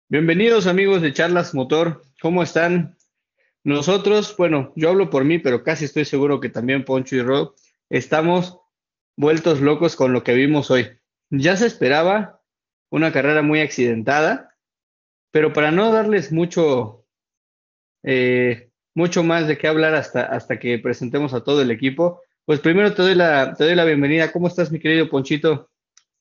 Bienvenidos amigos de Charlas Motor, ¿cómo están? Nosotros, bueno, yo hablo por mí, pero casi estoy seguro que también Poncho y Rob estamos vueltos locos con lo que vimos hoy. Ya se esperaba una carrera muy accidentada, pero para no darles mucho más de qué hablar hasta que presentemos a todo el equipo, pues primero te doy la bienvenida. ¿Cómo estás, mi querido Ponchito?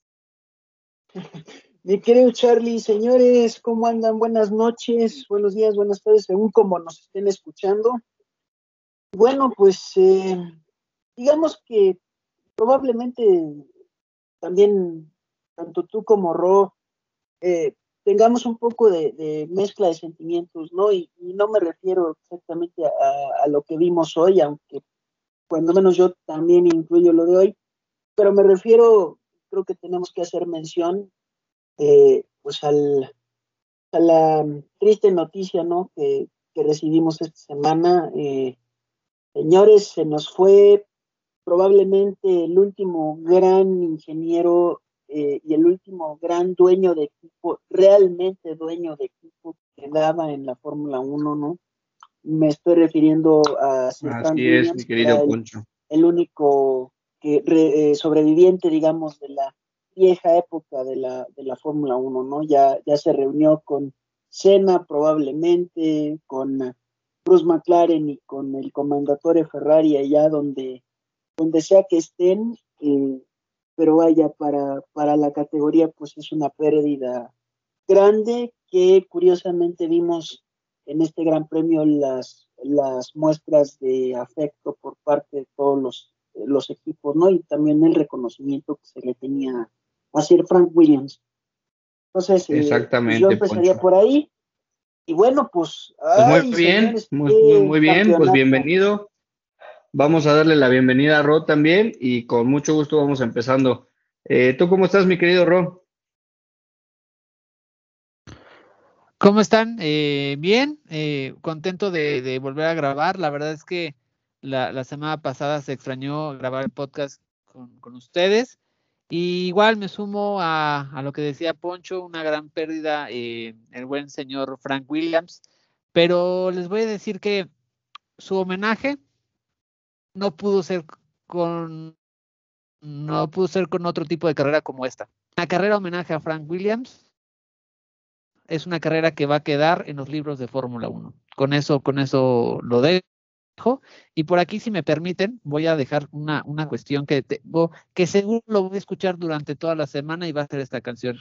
Mi querido Charlie, señores, ¿cómo andan? Buenas noches, buenos días, buenas tardes, según como nos estén escuchando. Bueno, pues digamos que probablemente también, tanto tú como Ro, eh, tengamos un poco de mezcla de sentimientos, ¿no? Y no me refiero exactamente a lo que vimos hoy, aunque cuando menos yo también incluyo lo de hoy, pero me refiero, creo que tenemos que hacer mención, pues a la triste noticia, ¿no? Que recibimos esta semana. Señores, se nos fue probablemente el último gran ingeniero y el último gran dueño de equipo, realmente dueño de equipo que daba en la Fórmula 1, ¿no? Me estoy refiriendo a Sir Frank Así es, mi Williams, que querido era Poncho. el único sobreviviente, digamos, de la vieja época de la Fórmula 1, ¿no? Ya se reunió con Senna probablemente, con Bruce McLaren y con el comandatore Ferrari allá donde sea que estén, pero vaya, para la categoría pues es una pérdida grande que curiosamente vimos en este gran premio las muestras de afecto por parte de todos los equipos, ¿no? Y también el reconocimiento que se le tenía a Sir Frank Williams. Entonces, pues yo Exactamente, empezaría Poncho. por ahí. Y bueno, pues, Pues muy ay, bien, señores, muy qué bien, pues campeonato. bienvenido. Vamos a darle la bienvenida a Ro también y con mucho gusto vamos empezando. ¿Tú cómo estás, mi querido Ro? ¿Cómo están? Bien, contento de volver a grabar. La verdad es que la semana pasada se extrañó grabar el podcast con ustedes. Y igual me sumo a lo que decía Poncho, una gran pérdida, el buen señor Frank Williams. Pero les voy a decir que su homenaje no pudo ser con, no pudo ser con otro tipo de carrera como esta. La carrera homenaje a Frank Williams es una carrera que va a quedar en los libros de Fórmula 1. Con eso lo dejo. Y por aquí, si me permiten, voy a dejar una cuestión que tengo, que seguro lo voy a escuchar durante toda la semana y va a ser esta canción.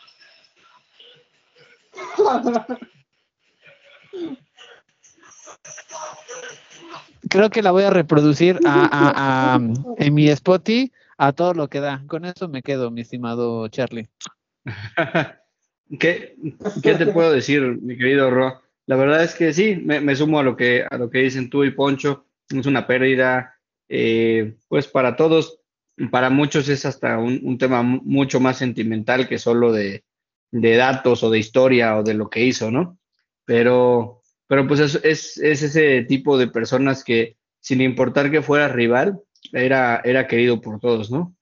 Creo que la voy a reproducir en mi Spotify a todo lo que da. Con eso me quedo, mi estimado Charlie. ¿Qué, qué te puedo decir, mi querido Ro? La verdad es que sí, me sumo a lo que dicen tú y Poncho. Es una pérdida, pues para todos, para muchos es hasta un tema mucho más sentimental que solo de datos o de historia o de lo que hizo, ¿no? Pero pues es ese tipo de personas que, sin importar que fuera rival, era querido por todos, ¿no?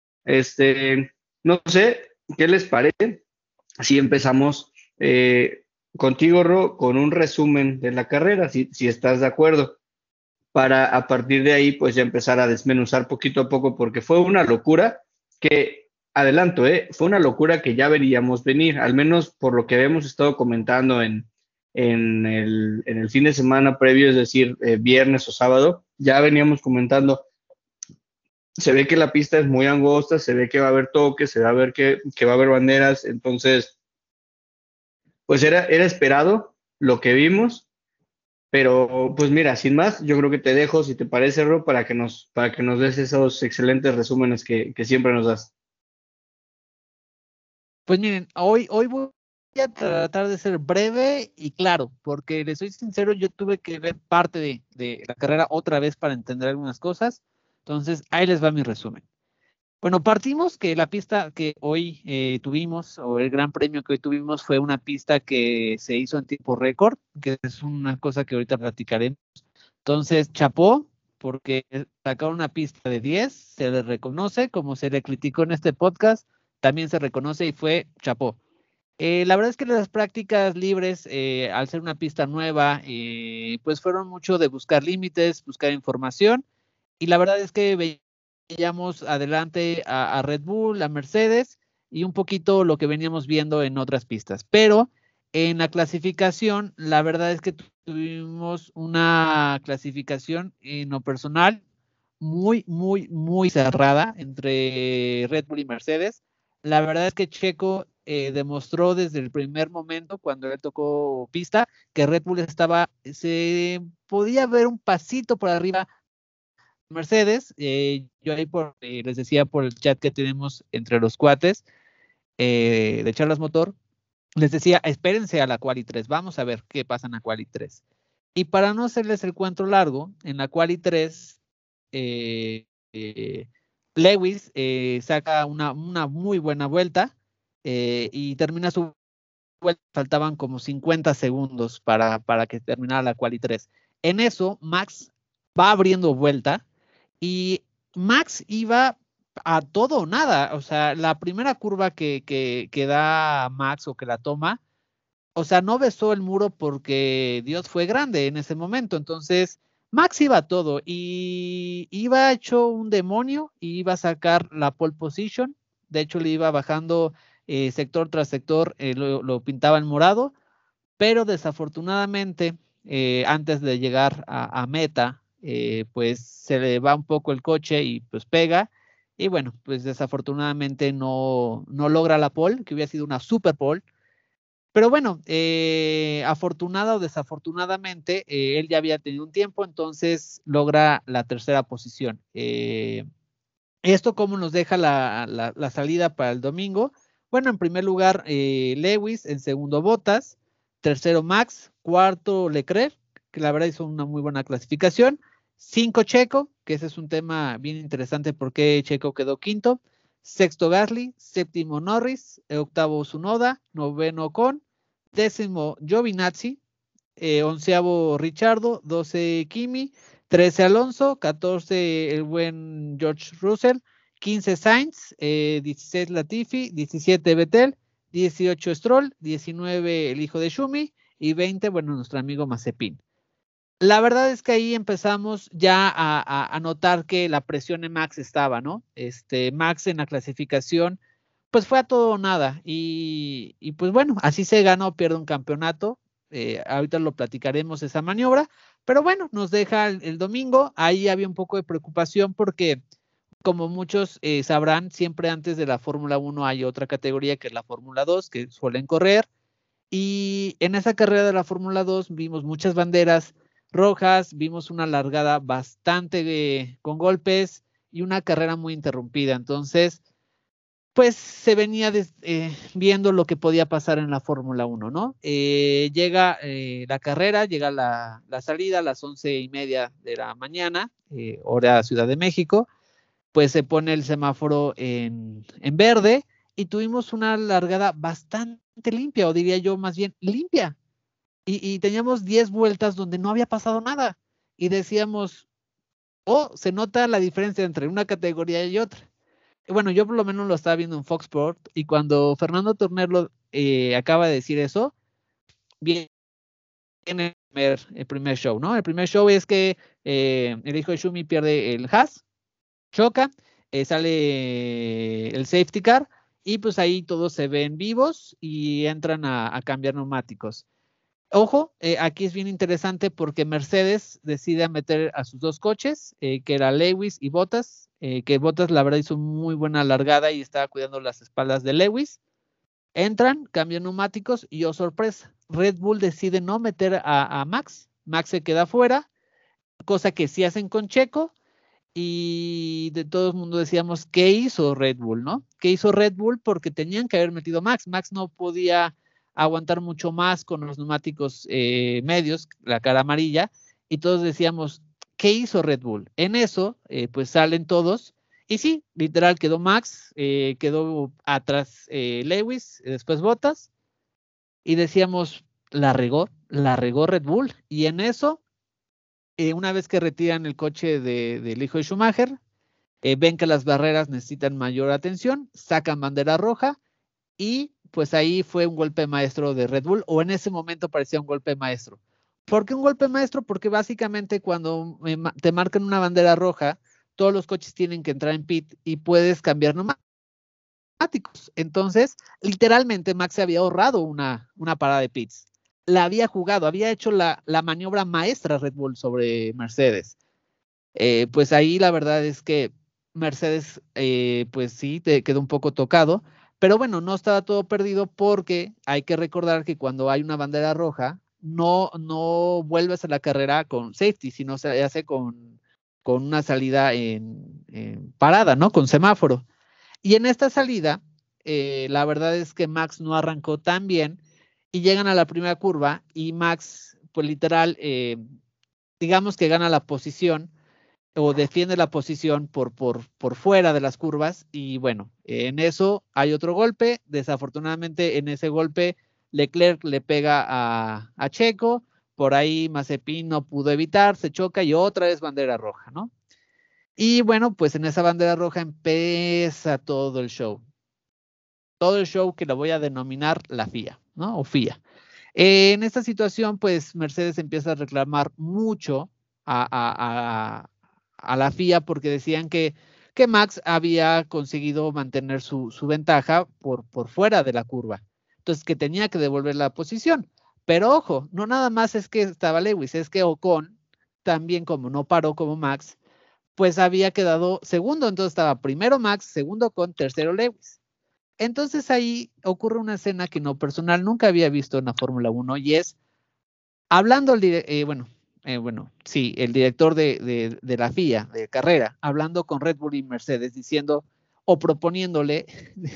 No sé, ¿qué les parece si empezamos contigo, Ro, con un resumen de la carrera, si estás de acuerdo, para a partir de ahí, pues ya empezar a desmenuzar poquito a poco, porque fue una locura que, adelanto, fue una locura que ya veríamos venir, al menos por lo que habíamos estado comentando en el fin de semana previo, es decir, viernes o sábado, ya veníamos comentando. Se ve que la pista es muy angosta, se ve que va a haber toques, se va a ver que va a haber banderas, entonces pues era esperado lo que vimos, pero pues mira, sin más, yo creo que te dejo, si te parece, Ro, para que nos des esos excelentes resúmenes que siempre nos das. Pues miren, hoy voy a tratar de ser breve y claro, porque les soy sincero, yo tuve que ver parte de la carrera otra vez para entender algunas cosas. Entonces, ahí les va mi resumen. Bueno, partimos que la pista que hoy tuvimos, o el gran premio que hoy tuvimos, fue una pista que se hizo en tiempo récord, que es una cosa que ahorita platicaremos. Entonces, chapó, porque sacar una pista de 10, se le reconoce, como se le criticó en este podcast, también se reconoce y fue chapó. La verdad es que las prácticas libres, al ser una pista nueva, pues fueron mucho de buscar límites, buscar información, y la verdad es que veíamos adelante a Red Bull, a Mercedes, y un poquito lo que veníamos viendo en otras pistas. Pero en la clasificación, la verdad es que tuvimos una clasificación en lo personal muy, muy, muy cerrada entre Red Bull y Mercedes. La verdad es que Checo demostró desde el primer momento, cuando le tocó pista, que Red Bull se podía ver un pasito por arriba Mercedes. Yo ahí les decía por el chat que tenemos entre los cuates de Charlas Motor, les decía, espérense a la Quali 3, vamos a ver qué pasa en la Quali 3. Y para no hacerles el cuento largo, en la Quali 3, Lewis saca una muy buena vuelta y termina su vuelta, faltaban como 50 segundos para que terminara la Quali 3. En eso, Max va abriendo vuelta y Max iba a todo o nada. O sea, la primera curva que da Max o que la toma, o sea, no besó el muro porque Dios fue grande en ese momento. Entonces, Max iba a todo y iba hecho un demonio y iba a sacar la pole position. De hecho, le iba bajando sector tras sector, lo pintaba en morado, pero desafortunadamente, antes de llegar a meta, pues se le va un poco el coche y pues pega. Y bueno, pues desafortunadamente no logra la pole, que hubiera sido una super pole. Pero bueno, afortunada o desafortunadamente, él ya había tenido un tiempo, entonces logra la tercera posición. ¿Esto cómo nos deja la salida para el domingo? Bueno, en primer lugar, Lewis, en segundo Bottas, tercero Max, cuarto Leclerc, que la verdad hizo una muy buena clasificación, 5 Checo, que ese es un tema bien interesante porque Checo quedó quinto, sexto Gasly, séptimo Norris, octavo Tsunoda, noveno Ocon, décimo Giovinazzi, onceavo Richardo, 12 Kimi, 13 Alonso, 14 el buen George Russell, 15 Sainz, 16 Latifi, 17 Vettel, 18 Stroll, 19 el hijo de Schumi y 20, bueno, nuestro amigo Mazepin. La verdad es que ahí empezamos ya a notar que la presión en Max estaba, ¿no? Max en la clasificación, pues fue a todo o nada. Y pues bueno, así se ganó, pierde un campeonato. Ahorita lo platicaremos esa maniobra. Pero bueno, nos deja el domingo. Ahí había un poco de preocupación porque, como muchos sabrán, siempre antes de la Fórmula 1 hay otra categoría que es la Fórmula 2, que suelen correr. Y en esa carrera de la Fórmula 2 vimos muchas banderas rojas, vimos una largada bastante con golpes y una carrera muy interrumpida. Entonces, pues se venía viendo lo que podía pasar en la Fórmula 1, ¿no? Llega la carrera, llega la salida a las 11:30 de la mañana, hora Ciudad de México, pues se pone el semáforo en verde y tuvimos una largada bastante limpia, o diría yo más bien limpia. Y teníamos 10 vueltas donde no había pasado nada. Y decíamos, se nota la diferencia entre una categoría y otra. Bueno, yo por lo menos lo estaba viendo en Fox Sports y cuando Fernando Tornero acaba de decir eso, viene el primer show, ¿no? El primer show es que el hijo de Shumi pierde el Haas, choca, sale el safety car y pues ahí todos se ven vivos y entran a cambiar neumáticos. Ojo, aquí es bien interesante porque Mercedes decide meter a sus dos coches, que era Lewis y Bottas, que Bottas la verdad hizo muy buena largada y estaba cuidando las espaldas de Lewis. Entran, cambian neumáticos y sorpresa, Red Bull decide no meter a Max. Max se queda fuera, cosa que sí hacen con Checo, y de todo el mundo decíamos, ¿qué hizo Red Bull, no? ¿Qué hizo Red Bull? Porque tenían que haber metido Max. Max no podía aguantar mucho más con los neumáticos medios, la cara amarilla, y todos decíamos, ¿qué hizo Red Bull? En eso, pues salen todos, y sí, literal quedó Max, quedó atrás Lewis, después Bottas, y decíamos, la regó Red Bull, y en eso, una vez que retiran el coche del hijo de Schumacher, ven que las barreras necesitan mayor atención, sacan bandera roja y pues ahí fue un golpe maestro de Red Bull, o en ese momento parecía un golpe maestro. ¿Por qué un golpe maestro? Porque básicamente cuando te marcan una bandera roja, todos los coches tienen que entrar en pit y puedes cambiar neumáticos. Entonces, literalmente Max se había ahorrado una parada de pits. La había jugado, había hecho la maniobra maestra Red Bull sobre Mercedes. Pues ahí la verdad es que Mercedes, pues sí, te quedó un poco tocado, pero bueno, no estaba todo perdido porque hay que recordar que cuando hay una bandera roja, no vuelves a la carrera con safety, sino se hace con una salida en parada, ¿no? Con semáforo. Y en esta salida, la verdad es que Max no arrancó tan bien y llegan a la primera curva y Max, pues literal, digamos que gana la posición o defiende la posición por fuera de las curvas y bueno, en eso hay otro golpe, desafortunadamente en ese golpe Leclerc le pega a Checo, por ahí Mazepin no pudo evitar, se choca y otra vez bandera roja, ¿no? Y bueno, pues en esa bandera roja empieza todo el show que lo voy a denominar la FIA, ¿no? O FIA. En esta situación, pues Mercedes empieza a reclamar mucho a la FIA porque decían que Max había conseguido mantener su ventaja por fuera de la curva. Entonces, que tenía que devolver la posición. Pero ojo, no nada más es que estaba Lewis, es que Ocon también, como no paró como Max, pues había quedado segundo. Entonces estaba primero Max, segundo Ocon, tercero Lewis. Entonces ahí ocurre una escena que en lo personal nunca había visto en la Fórmula 1 y es hablando, el director de la FIA, de carrera, hablando con Red Bull y Mercedes, diciendo o proponiéndole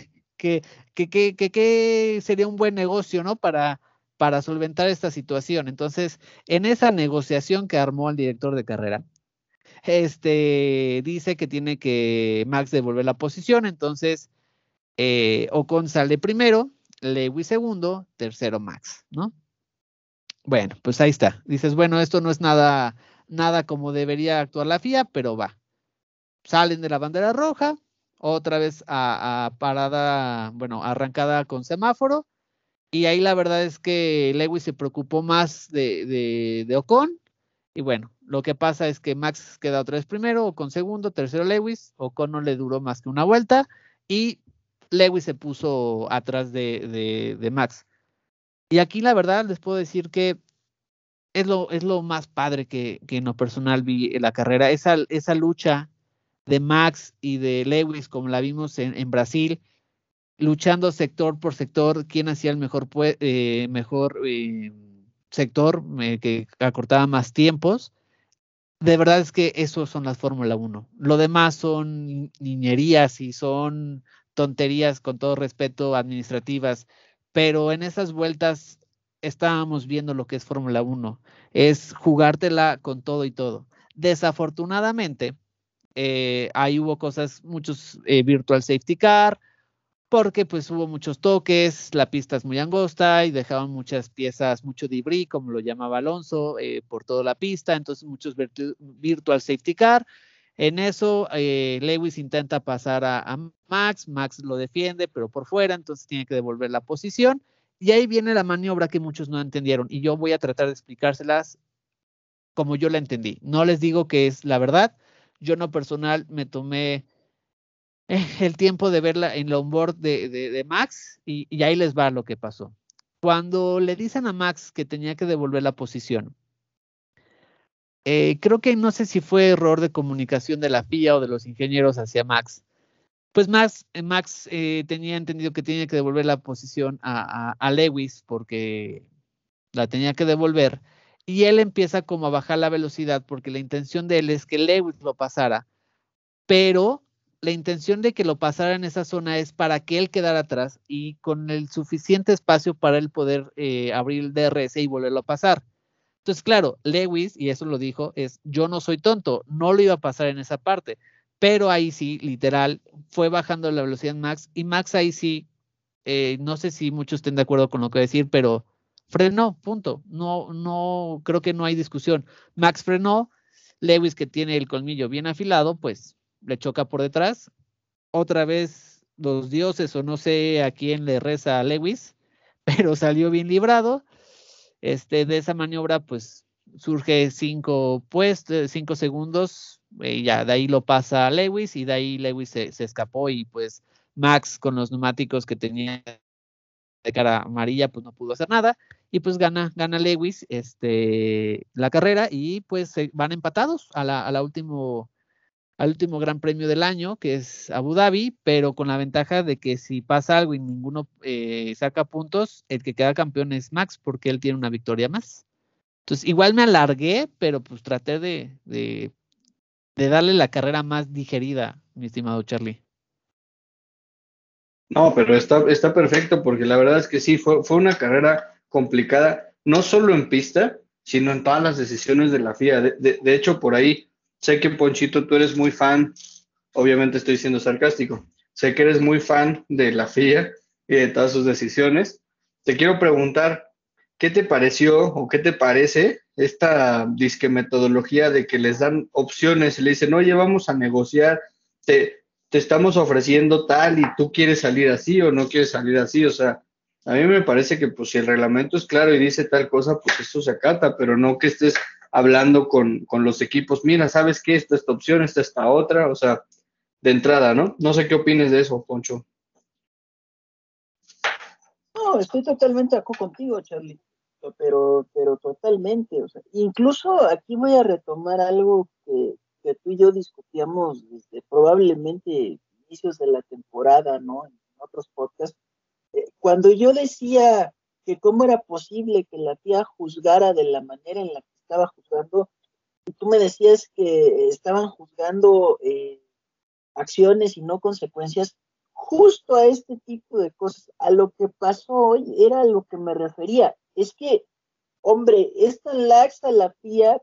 que sería un buen negocio, ¿no? Para solventar esta situación. Entonces, en esa negociación que armó el director de carrera, dice que tiene que Max devolver la posición, entonces Ocon sale primero, Lewis segundo, tercero Max, ¿no? Bueno, pues ahí está. Dices, bueno, esto no es nada como debería actuar la FIA, pero va. Salen de la bandera roja, otra vez a parada, bueno, arrancada con semáforo, y ahí la verdad es que Lewis se preocupó más de Ocon, y bueno, lo que pasa es que Max queda otra vez primero, Ocon segundo, tercero Lewis, Ocon no le duró más que una vuelta, y Lewis se puso atrás de Max. Y aquí la verdad les puedo decir que es lo más padre que en lo personal vi en la carrera, esa lucha de Max y de Lewis, como la vimos en Brasil, luchando sector por sector, quién hacía el mejor sector, que acortaba más tiempos. De verdad es que esos son las Fórmula 1. Lo demás son niñerías y son tonterías, con todo respeto, administrativas, pero en esas vueltas estábamos viendo lo que es Fórmula 1, es jugártela con todo y todo. Desafortunadamente, ahí hubo cosas, muchos virtual safety car, porque pues hubo muchos toques, la pista es muy angosta y dejaban muchas piezas, mucho debris, como lo llamaba Alonso, por toda la pista, entonces muchos virtual safety car. En eso, Lewis intenta pasar a Max, Max lo defiende, pero por fuera, entonces tiene que devolver la posición, y ahí viene la maniobra que muchos no entendieron, y yo voy a tratar de explicárselas como yo la entendí. No les digo que es la verdad, yo en lo personal me tomé el tiempo de verla en la onboard de Max y ahí les va lo que pasó. Cuando le dicen a Max que tenía que devolver la posición, creo que no sé si fue error de comunicación de la FIA o de los ingenieros hacia Max. Pues Max tenía entendido que tenía que devolver la posición a Lewis porque la tenía que devolver y él empieza como a bajar la velocidad porque la intención de él es que Lewis lo pasara, pero la intención de que lo pasara en esa zona es para que él quedara atrás y con el suficiente espacio para él poder abrir el DRS y volverlo a pasar. Entonces, claro, Lewis, y eso lo dijo, es yo no soy tonto, no lo iba a pasar en esa parte, pero ahí sí, literal, fue bajando la velocidad Max, y Max ahí sí, no sé si muchos estén de acuerdo con lo que voy a decir, pero frenó, punto. No, creo que no hay discusión. Max frenó, Lewis, que tiene el colmillo bien afilado, pues le choca por detrás. Otra vez los dioses o no sé a quién le reza a Lewis, pero salió bien librado. De esa maniobra, pues surge 5 segundos, ya de ahí lo pasa a Lewis y de ahí Lewis se escapó y pues Max con los neumáticos que tenía de cara amarilla pues no pudo hacer nada y pues gana Lewis la carrera y pues van empatados al último Gran Premio del año, que es Abu Dhabi, pero con la ventaja de que si pasa algo y ninguno saca puntos, el que queda campeón es Max, porque él tiene una victoria más. Entonces, igual me alargué, pero pues traté de darle la carrera más digerida, mi estimado Charlie. No, pero está perfecto porque la verdad es que sí, fue una carrera complicada, no solo en pista, sino en todas las decisiones de la FIA. De hecho, por ahí, sé que Ponchito, tú eres muy fan, obviamente estoy siendo sarcástico, sé que eres muy fan de la FIA y de todas sus decisiones. Te quiero preguntar, ¿qué te pareció o qué te parece esta disque metodología de que les dan opciones y le dicen, oye, vamos a negociar, te estamos ofreciendo tal y tú quieres salir así o no quieres salir así? O sea, a mí me parece que pues si el reglamento es claro y dice tal cosa, pues eso se acata, pero no que estés hablando con los equipos, mira, ¿sabes qué? Esta opción, esta otra, o sea, de entrada, ¿no? No sé qué opines de eso, Poncho. No, estoy totalmente de acuerdo contigo, Charlie, pero totalmente, o sea, incluso aquí voy a retomar algo que tú y yo discutíamos desde probablemente inicios de la temporada, ¿no? En otros podcasts, cuando yo decía que cómo era posible que la tía juzgara de la manera en la que estaba juzgando, y tú me decías que estaban juzgando acciones y no consecuencias, justo a este tipo de cosas, a lo que pasó hoy era a lo que me refería. Es que, hombre, es tan laxa la FIA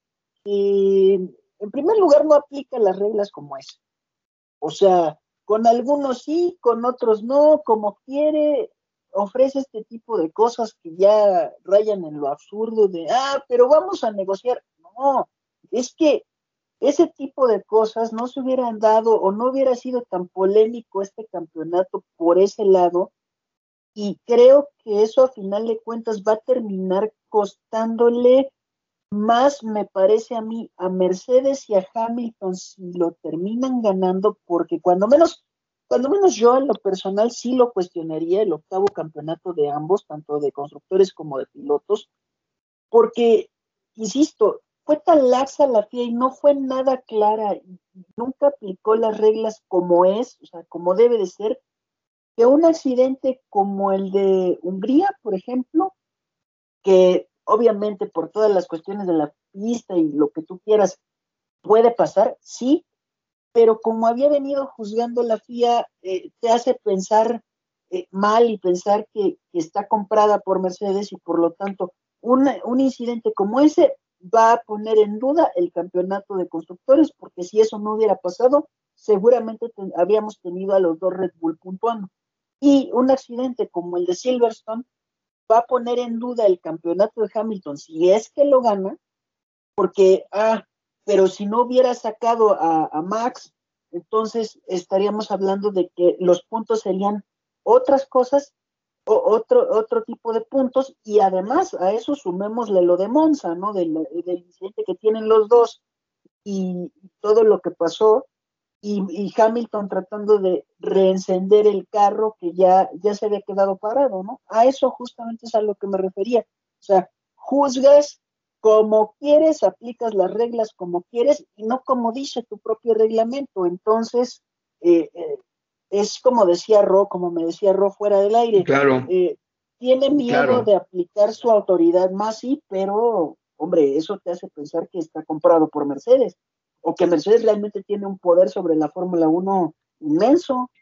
que en primer lugar no aplica las reglas como es. O sea, con algunos sí, con otros no, como quiere, ofrece este tipo de cosas que ya rayan en lo absurdo de, pero vamos a negociar. No, es que ese tipo de cosas no se hubieran dado o no hubiera sido tan polémico este campeonato por ese lado, y creo que eso a final de cuentas va a terminar costándole más, me parece a mí, a Mercedes y a Hamilton si lo terminan ganando, porque cuando menos yo en lo personal sí lo cuestionaría el octavo campeonato de ambos, tanto de constructores como de pilotos, porque, insisto, fue tan laxa la FIA y no fue nada clara y nunca aplicó las reglas como es, o sea, como debe de ser, que un accidente como el de Hungría, por ejemplo, que obviamente por todas las cuestiones de la pista y lo que tú quieras puede pasar, sí, pero como había venido juzgando la FIA, te hace pensar mal y pensar que está comprada por Mercedes y por lo tanto un incidente como ese va a poner en duda el campeonato de constructores, porque si eso no hubiera pasado, seguramente habríamos tenido a los dos Red Bull puntuando. Y un accidente como el de Silverstone va a poner en duda el campeonato de Hamilton si es que lo gana, porque, pero si no hubiera sacado a Max, entonces estaríamos hablando de que los puntos serían otras cosas, o otro tipo de puntos, y además a eso sumémosle lo de Monza, ¿no? Del incidente que tienen los dos y todo lo que pasó, y Hamilton tratando de reencender el carro que ya se había quedado parado, ¿no? A eso justamente es a lo que me refería. O sea, juzgas como quieres, aplicas las reglas como quieres y no como dice tu propio reglamento. Entonces, es como me decía Ro fuera del aire, Claro, tiene miedo claro. de aplicar su autoridad más, sí, pero, hombre, eso te hace pensar que está comprado por Mercedes o que Mercedes realmente tiene un poder sobre la Fórmula 1 inmenso.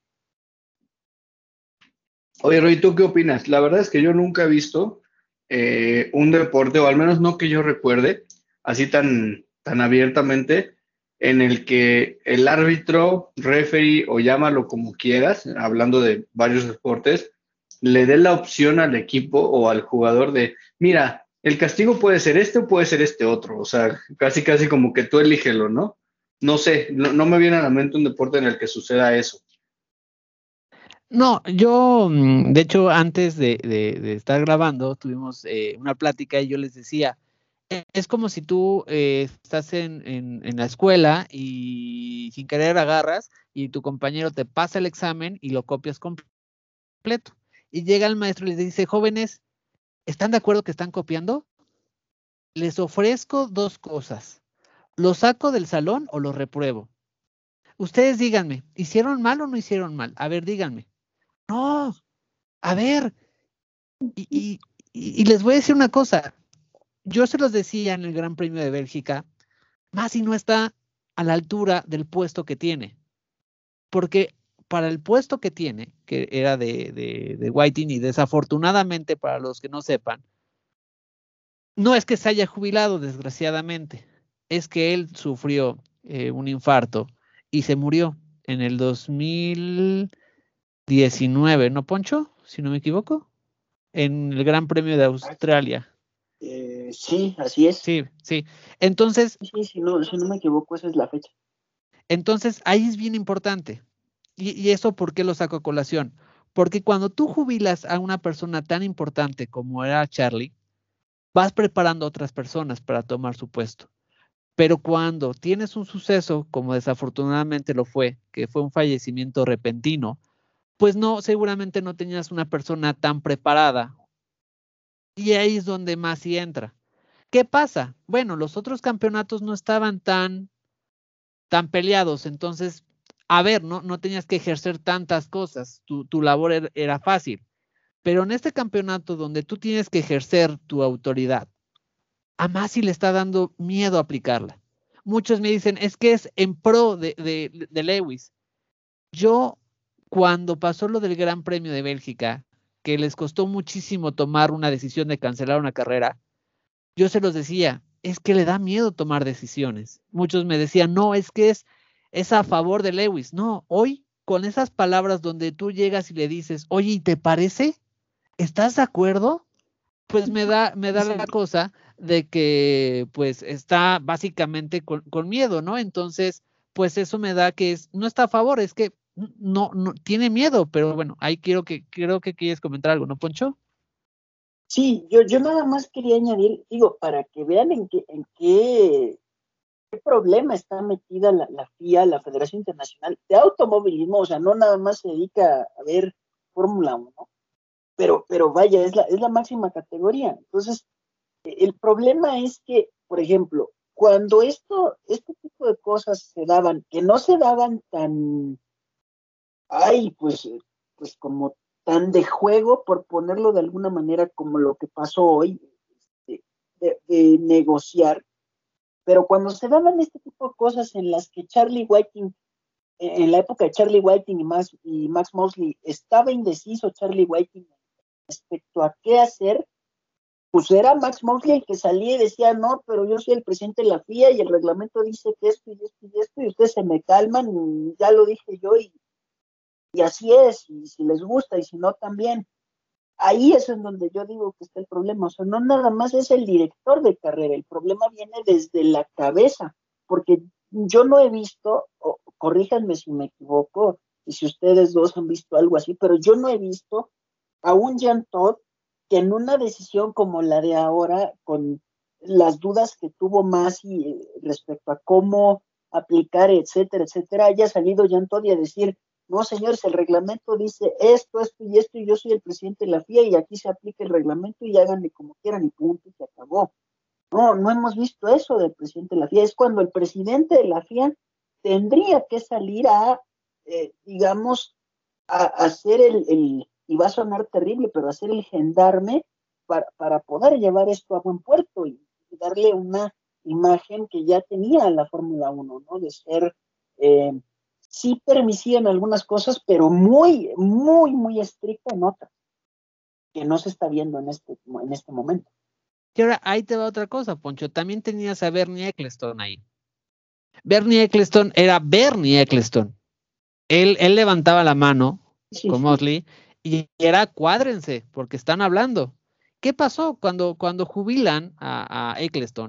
Oye, Roy, ¿tú qué opinas? La verdad es que yo nunca he visto un deporte, o al menos no que yo recuerde, así tan abiertamente, en el que el árbitro, referee o llámalo como quieras, hablando de varios deportes, le dé la opción al equipo o al jugador de, mira, el castigo puede ser este o puede ser este otro, o sea, casi casi como que tú elígelo, ¿no? No sé, no me viene a la mente un deporte en el que suceda eso. No, yo, de hecho, antes de estar grabando, tuvimos una plática y yo les decía, es como si tú estás en la escuela y sin querer agarras y tu compañero te pasa el examen y lo copias completo. Y llega el maestro y les dice, jóvenes, ¿están de acuerdo que están copiando? Les ofrezco dos cosas. ¿Los saco del salón o los repruebo? Ustedes díganme, ¿hicieron mal o no hicieron mal? A ver, díganme. No, a ver, y, y, y les voy a decir una cosa. Yo se los decía en el Gran Premio de Bélgica, Masi no está a la altura del puesto que tiene, porque para el puesto que tiene, que era de Whiting, y desafortunadamente para los que no sepan, no es que se haya jubilado, desgraciadamente, es que él sufrió un infarto y se murió en el 2019, ¿no, Poncho? Si no me equivoco, en el Gran Premio de Australia. Sí, así es. Sí, sí. Entonces, Sí, si no me equivoco, esa es la fecha. Entonces, ahí es bien importante. ¿Y eso por qué lo saco a colación? Porque cuando tú jubilas a una persona tan importante como era Charlie, vas preparando a otras personas para tomar su puesto. Pero cuando tienes un suceso, como desafortunadamente lo fue, que fue un fallecimiento repentino, pues no, seguramente no tenías una persona tan preparada. Y ahí es donde más sí entra. ¿Qué pasa? Bueno, los otros campeonatos no estaban tan peleados, entonces, a ver, no tenías que ejercer tantas cosas, tu labor era fácil, pero en este campeonato donde tú tienes que ejercer tu autoridad, a Masi le está dando miedo aplicarla. Muchos me dicen, es que es en pro de Lewis. Yo, cuando pasó lo del Gran Premio de Bélgica, que les costó muchísimo tomar una decisión de cancelar una carrera, yo se los decía, es que le da miedo tomar decisiones. Muchos me decían, no, es que es a favor de Lewis. No, hoy con esas palabras donde tú llegas y le dices, oye, ¿y te parece? ¿Estás de acuerdo? Pues me da la cosa de que pues está básicamente con miedo, ¿no? Entonces, pues eso me da que no está a favor, es que no tiene miedo, pero bueno, ahí creo que quieres comentar algo, ¿no, Poncho? Sí, yo nada más quería añadir, digo, para que vean qué problema está metida la FIA, la Federación Internacional de Automovilismo, o sea, no nada más se dedica a ver Fórmula 1, pero vaya, es la máxima categoría. Entonces, el problema es que, por ejemplo, cuando este tipo de cosas se daban, que no se daban tan, ay, pues como tan de juego, por ponerlo de alguna manera, como lo que pasó hoy, de negociar, pero cuando se daban este tipo de cosas en las que Charlie Whiting, en la época de Charlie Whiting y Max Mosley, estaba indeciso Charlie Whiting respecto a qué hacer, pues era Max Mosley el que salía y decía, no, pero yo soy el presidente de la FIA y el reglamento dice que esto y esto y esto, y ustedes se me calman y ya lo dije yo y así es, y si les gusta y si no también. Ahí es en donde yo digo que está el problema, o sea, no nada más es el director de carrera, el problema viene desde la cabeza, porque yo no he visto, corríjanme si me equivoco, y si ustedes dos han visto algo así, pero yo no he visto a un Jean Todt que en una decisión como la de ahora, con las dudas que tuvo Masi respecto a cómo aplicar, etcétera, etcétera, haya salido Jean Todt y a decir, no, señores, el reglamento dice esto y esto, y yo soy el presidente de la FIA y aquí se aplica el reglamento y háganle como quieran y punto, y se acabó. No hemos visto eso del presidente de la FIA. Es cuando el presidente de la FIA tendría que salir a, digamos, a hacer y va a sonar terrible, pero hacer el gendarme para poder llevar esto a buen puerto y darle una imagen que ya tenía la Fórmula 1, ¿no? De ser eh, sí permisiva en algunas cosas, pero muy, muy, muy estricta en otras, que no se está viendo en este momento. Y ahora ahí te va otra cosa, Poncho. También tenías a Bernie Ecclestone ahí. Bernie Ecclestone era Bernie Ecclestone. Él levantaba la mano Sí, con sí. Mosley y era cuádrense porque están hablando. ¿Qué pasó cuando jubilan a Ecclestone?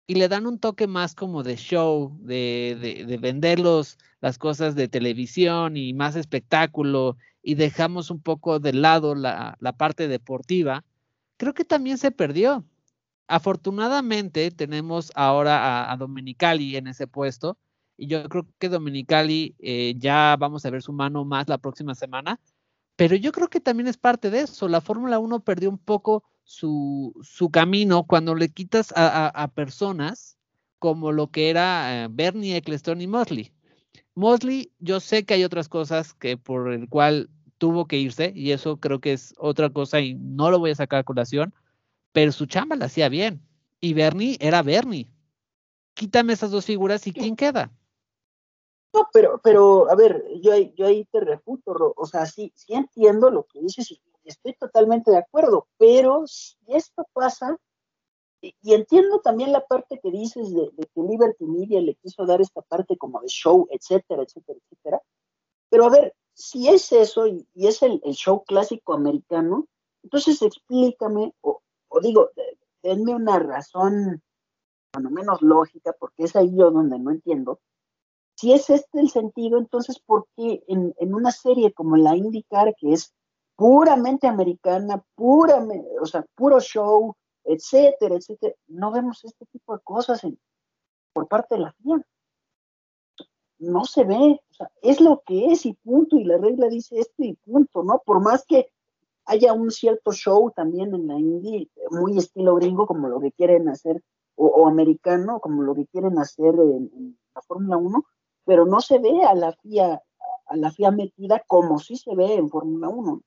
y le dan un toque más como de show, de vender las cosas de televisión y más espectáculo, y dejamos un poco de lado la parte deportiva, creo que también se perdió. Afortunadamente tenemos ahora a Domenicali en ese puesto, y yo creo que Domenicali ya vamos a ver su mano más la próxima semana, pero yo creo que también es parte de eso. La Fórmula 1 perdió un poco su camino cuando le quitas a personas como lo que era Bernie Ecclestone y Mosley. Mosley, yo sé que hay otras cosas que por el cual tuvo que irse, y eso creo que es otra cosa y no lo voy a sacar a colación, pero su chamba la hacía bien. Y Bernie era Bernie. Quítame esas dos figuras y ¿quién queda? No, a ver, yo ahí te refuto, o sea, sí entiendo lo que dices y estoy totalmente de acuerdo, pero si esto pasa, y entiendo también la parte que dices de que Liberty Media le quiso dar esta parte como de show, etcétera, etcétera, etcétera, pero a ver, si es eso y es el show clásico americano, entonces explícame, o digo, denme una razón, cuando menos lógica, porque es ahí yo donde no entiendo. Si es este el sentido, entonces, ¿por qué en una serie como la IndyCar, que es puramente americana, o sea, puro show, etcétera, etcétera, no vemos este tipo de cosas por parte de la FIA? No se ve, o sea, es lo que es y punto, y la regla dice esto y punto, ¿no? Por más que haya un cierto show también en la Indy, muy estilo gringo, como lo que quieren hacer, o americano, como lo que quieren hacer en la Fórmula 1, pero no se ve a la FIA metida como sí se ve en Fórmula 1.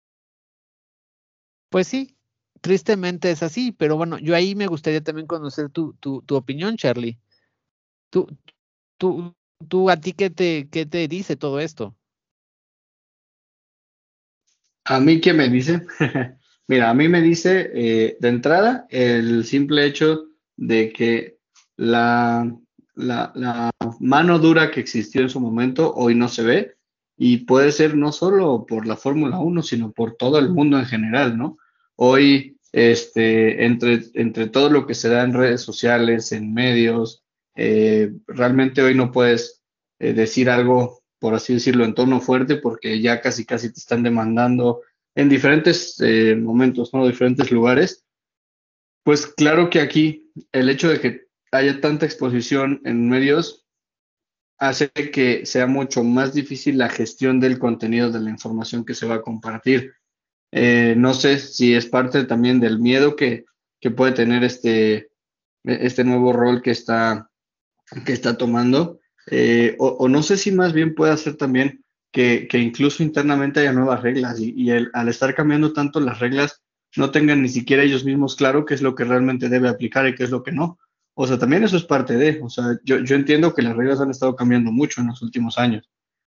Pues sí, tristemente es así, pero bueno, yo ahí me gustaría también conocer tu opinión, Charlie. Tú, tú, a ti, qué te dice todo esto? ¿A mí qué me dice? Mira, a mí me dice de entrada el simple hecho de que la, la mano dura que existió en su momento hoy no se ve y puede ser no solo por la Fórmula 1, sino por todo el mundo en general, ¿no? Hoy, entre todo lo que se da en redes sociales, en medios, realmente hoy no puedes decir algo, por así decirlo, en tono fuerte porque ya casi casi te están demandando en diferentes momentos, ¿no? Diferentes lugares. Pues claro que aquí el hecho de que haya tanta exposición en medios hace que sea mucho más difícil la gestión del contenido de la información que se va a compartir. No sé si es parte también del miedo que puede tener este nuevo rol que está tomando, o no sé si más bien puede hacer también que incluso internamente haya nuevas reglas y al estar cambiando tanto las reglas no tengan ni siquiera ellos mismos claro qué es lo que realmente debe aplicar y qué es lo que no. O sea, también eso es parte o sea, yo entiendo que las reglas han estado cambiando mucho en los últimos años.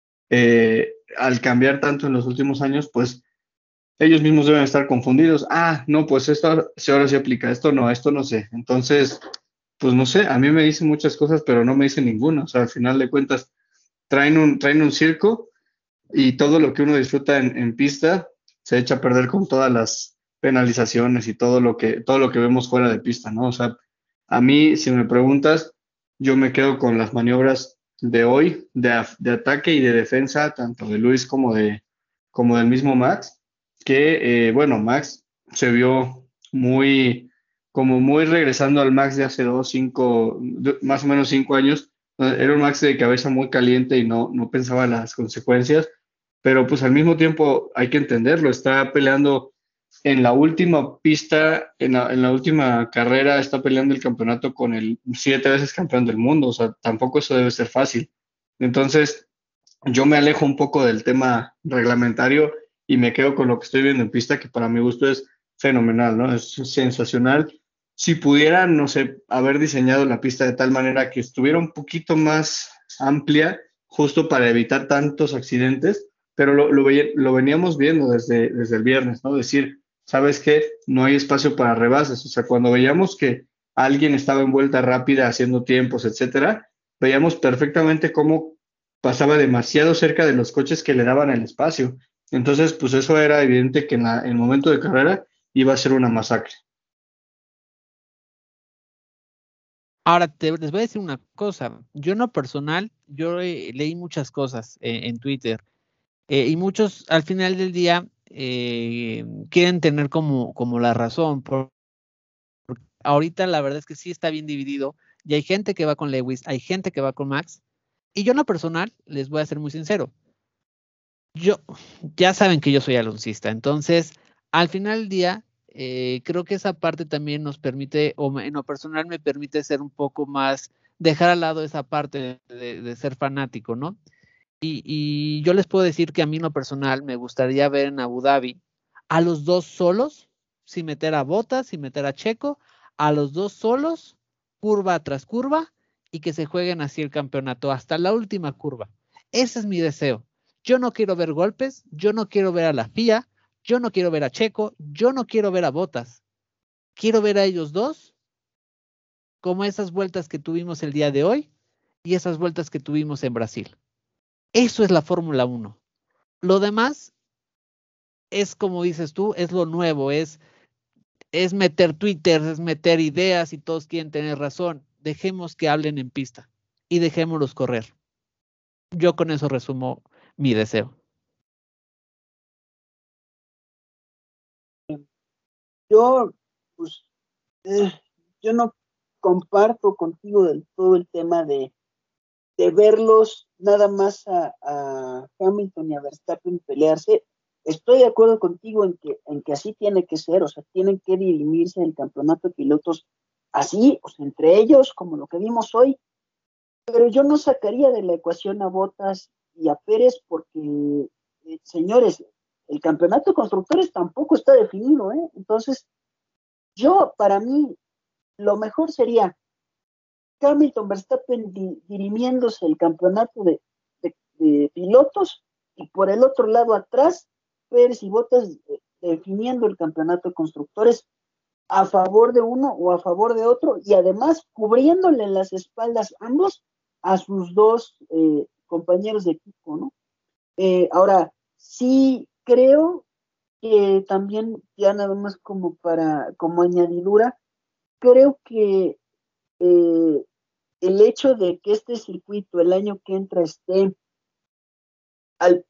Al cambiar tanto en los últimos años, pues ellos mismos deben estar confundidos. Ah, no, pues esto ahora sí aplica, esto no sé. Entonces, pues no sé, a mí me dicen muchas cosas, pero no me dicen ninguna. O sea, al final de cuentas, traen un circo y todo lo que uno disfruta en pista se echa a perder con todas las penalizaciones y todo lo que vemos fuera de pista, ¿no? O sea, a mí, si me preguntas, yo me quedo con las maniobras de hoy, de ataque y de defensa, tanto de Luis como del mismo Max, que, bueno, Max se vio como muy regresando al Max de hace más o menos 5 años. Era un Max de cabeza muy caliente y no pensaba en las consecuencias, pero pues al mismo tiempo hay que entenderlo, está peleando en la última pista, en la última carrera, está peleando el campeonato con el 7 veces campeón del mundo, o sea, tampoco eso debe ser fácil. Entonces, yo me alejo un poco del tema reglamentario y me quedo con lo que estoy viendo en pista, que para mi gusto es fenomenal, ¿no? Es sensacional. Si pudieran, no sé, haber diseñado la pista de tal manera que estuviera un poquito más amplia, justo para evitar tantos accidentes, pero lo veníamos viendo desde el viernes, ¿no? Decir, ¿sabes qué? No hay espacio para rebases. O sea, cuando veíamos que alguien estaba en vuelta rápida haciendo tiempos, etcétera, veíamos perfectamente cómo pasaba demasiado cerca de los coches que le daban el espacio. Entonces, pues eso era evidente que en el momento de carrera iba a ser una masacre. Ahora, les voy a decir una cosa. Yo en lo personal, yo leí muchas cosas en Twitter y muchos al final del día quieren tener como la razón. Porque ahorita la verdad es que sí está bien dividido y hay gente que va con Lewis, hay gente que va con Max. Y yo en lo personal, les voy a ser muy sincero. Yo, ya saben que yo soy aloncista, entonces al final del día creo que esa parte también nos permite, en lo personal me permite ser un poco más, dejar al lado esa parte de ser fanático, ¿no? Y yo les puedo decir que a mí en lo personal me gustaría ver en Abu Dhabi a los dos solos, sin meter a Bottas, sin meter a Checo, a los dos solos, curva tras curva, y que se jueguen así el campeonato hasta la última curva. Ese es mi deseo. Yo no quiero ver golpes, yo no quiero ver a la FIA, yo no quiero ver a Checo, yo no quiero ver a Bottas. Quiero ver a ellos dos como esas vueltas que tuvimos el día de hoy y esas vueltas que tuvimos en Brasil. Eso es la Fórmula 1. Lo demás es, como dices tú, es lo nuevo, es meter Twitter, es meter ideas y todos quieren tener razón. Dejemos que hablen en pista y dejémoslos correr. Yo con eso resumo mi deseo. Yo, pues, yo no comparto contigo del todo el tema de verlos nada más a Hamilton y a Verstappen pelearse. Estoy de acuerdo contigo en que así tiene que ser, o sea, tienen que dirimirse el campeonato de pilotos así, o sea, entre ellos, como lo que vimos hoy, pero yo no sacaría de la ecuación a Bottas y a Pérez porque, señores, el campeonato de constructores tampoco está definido, ¿eh? Entonces, yo, para mí, lo mejor sería Hamilton Verstappen dirimiéndose el campeonato de pilotos y por el otro lado atrás, Pérez y Bottas definiendo el campeonato de constructores a favor de uno o a favor de otro y además cubriéndole las espaldas ambos a sus dos compañeros de equipo, ¿no? Ahora, sí creo que también, ya nada más como añadidura, creo que eh, el hecho de que este circuito el año que entra esté al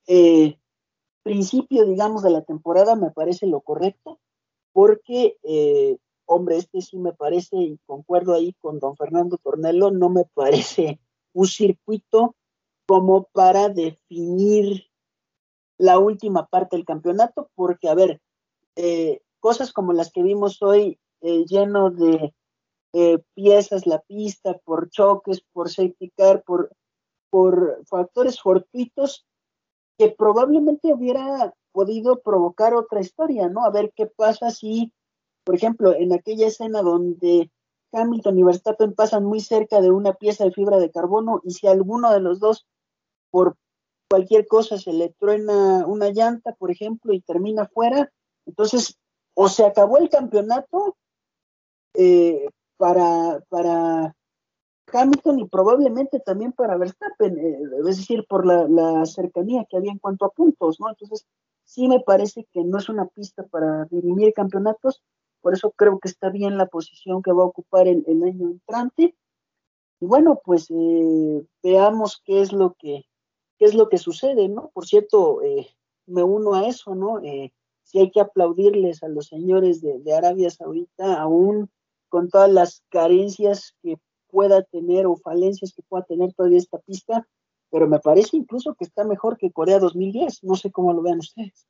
principio, digamos, de la temporada me parece lo correcto, porque, hombre, este sí me parece, y concuerdo ahí con don Fernando Tornello, no me parece un circuito como para definir la última parte del campeonato, porque, a ver, cosas como las que vimos hoy, lleno de piezas la pista, por choques, por safety car, por factores fortuitos que probablemente hubiera podido provocar otra historia, ¿no? A ver qué pasa si, por ejemplo, en aquella escena donde Hamilton y Verstappen pasan muy cerca de una pieza de fibra de carbono y si alguno de los dos, por cualquier cosa, se le truena una llanta, por ejemplo, y termina fuera, entonces o se acabó el campeonato eh, para Hamilton y probablemente también para Verstappen, es decir, por la cercanía que había en cuanto a puntos, ¿no? Entonces, sí me parece que no es una pista para dirimir campeonatos, por eso creo que está bien la posición que va a ocupar el año entrante. Y bueno, pues veamos qué es lo que sucede, ¿no? Por cierto, me uno a eso, ¿no? Sí hay que aplaudirles a los señores de Arabia Saudita, aún con todas las carencias que pueda tener o falencias que pueda tener todavía esta pista, pero me parece incluso que está mejor que Corea 2010, no sé cómo lo vean ustedes.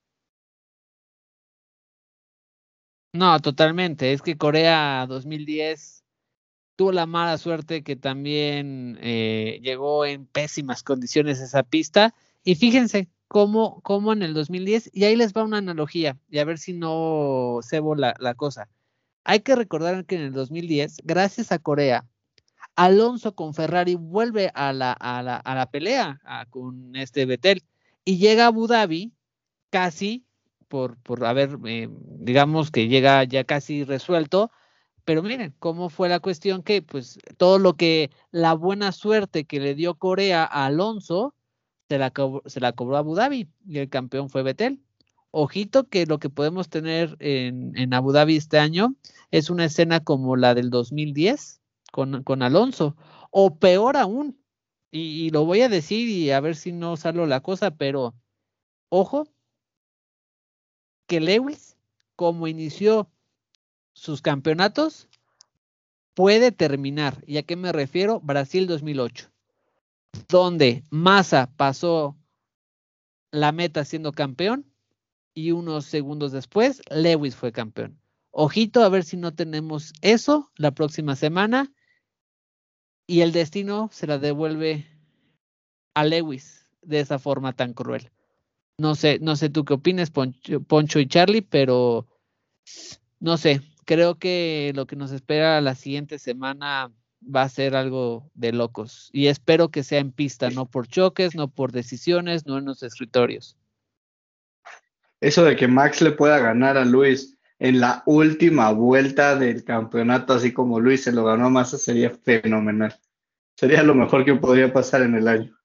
No, totalmente. Es que Corea 2010 tuvo la mala suerte que también llegó en pésimas condiciones esa pista. Y fíjense cómo en el 2010, y ahí les va una analogía, y a ver si no cebo la cosa. Hay que recordar que en el 2010, gracias a Corea, Alonso con Ferrari vuelve a la pelea con este Vettel y llega a Abu Dhabi casi por haber, digamos que llega ya casi resuelto, pero miren cómo fue la cuestión que pues todo lo que la buena suerte que le dio Corea a Alonso se la cobró Abu Dhabi y el campeón fue Vettel. Ojito que lo que podemos tener en Abu Dhabi este año es una escena como la del 2010 con Alonso, o peor aún, y lo voy a decir y a ver si no salgo la cosa, pero ojo, que Lewis, como inició sus campeonatos, puede terminar. ¿Y a qué me refiero? Brasil 2008, donde Massa pasó la meta siendo campeón y unos segundos después Lewis fue campeón. Ojito a ver si no tenemos eso la próxima semana y el destino se la devuelve a Lewis de esa forma tan cruel. No sé tú qué opinas, Poncho y Charlie, pero no sé, creo que lo que nos espera la siguiente semana va a ser algo de locos y espero que sea en pista, no por choques, no por decisiones, no en los escritorios. Eso de que Max le pueda ganar a Luis en la última vuelta del campeonato, así como Luis se lo ganó a Massa, sería fenomenal. Sería lo mejor que podría pasar en el año.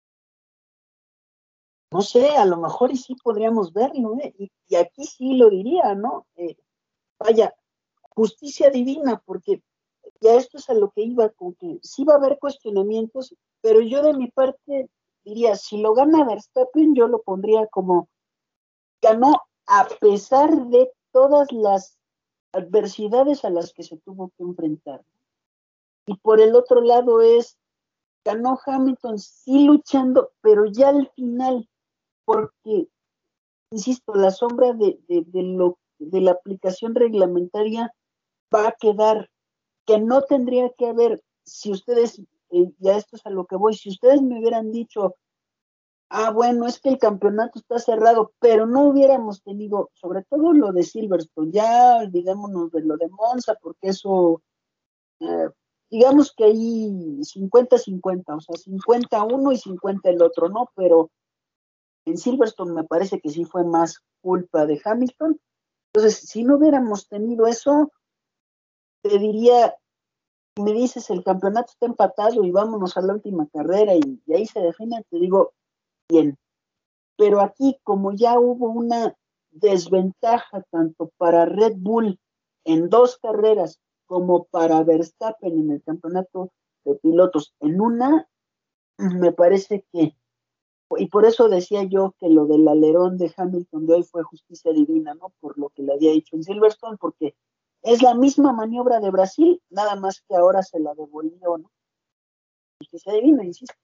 No sé, a lo mejor y sí podríamos verlo, y aquí sí lo diría, ¿no? Vaya, justicia divina, porque ya esto es a lo que iba, con que sí va a haber cuestionamientos, pero yo de mi parte diría, si lo gana Verstappen, yo lo pondría como ganó a pesar de todas las adversidades a las que se tuvo que enfrentar. Y por el otro lado ganó Hamilton sí luchando, pero ya al final, porque, insisto, la sombra de la aplicación reglamentaria va a quedar, que no tendría que haber, si ustedes, ya esto es a lo que voy, si ustedes me hubieran dicho, bueno, es que el campeonato está cerrado, pero no hubiéramos tenido, sobre todo lo de Silverstone, ya olvidémonos de lo de Monza, porque eso, eh, digamos que ahí 50-50, o sea, 50 uno y 50 el otro, ¿no? Pero en Silverstone me parece que sí fue más culpa de Hamilton. Entonces, si no hubiéramos tenido eso, te diría, me dices el campeonato está empatado y vámonos a la última carrera y ahí se define, te digo, bien. Pero aquí, como ya hubo una desventaja tanto para Red Bull en 2 carreras como para Verstappen en el campeonato de pilotos en una, me parece que, y por eso decía yo que lo del alerón de Hamilton de hoy fue justicia divina, ¿no? Por lo que le había dicho en Silverstone, porque es la misma maniobra de Brasil, nada más que ahora se la devolvió, ¿no? Justicia divina, insisto.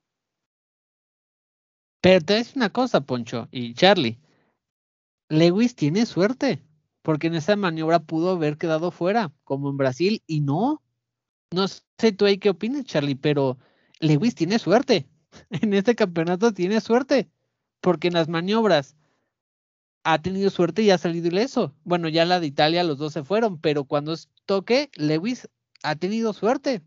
Pero te es una cosa, Poncho y Charlie, Lewis tiene suerte, porque en esa maniobra pudo haber quedado fuera, como en Brasil, y no. No sé tú ahí qué opinas, Charlie, pero Lewis tiene suerte. En este campeonato tiene suerte, porque en las maniobras ha tenido suerte y ha salido ileso. Bueno, ya la de Italia los dos se fueron, pero cuando es toque, Lewis ha tenido suerte.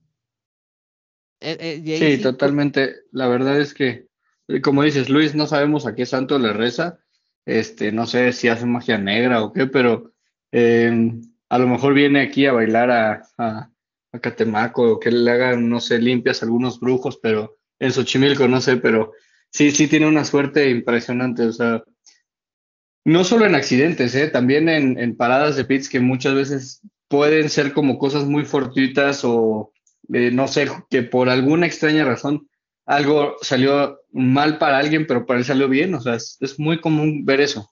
Y ahí Sí, sí, totalmente. La verdad es que, como dices, Luis, no sabemos a qué santo le reza. No sé si hace magia negra o qué, pero a lo mejor viene aquí a bailar a Catemaco o que le hagan, no sé, limpias a algunos brujos, pero en Xochimilco, no sé, pero sí, sí tiene una suerte impresionante. O sea, no solo en accidentes, también en paradas de pits que muchas veces pueden ser como cosas muy fortuitas o no sé, que por alguna extraña razón algo salió mal para alguien, pero para él salió bien. O sea, es muy común ver eso.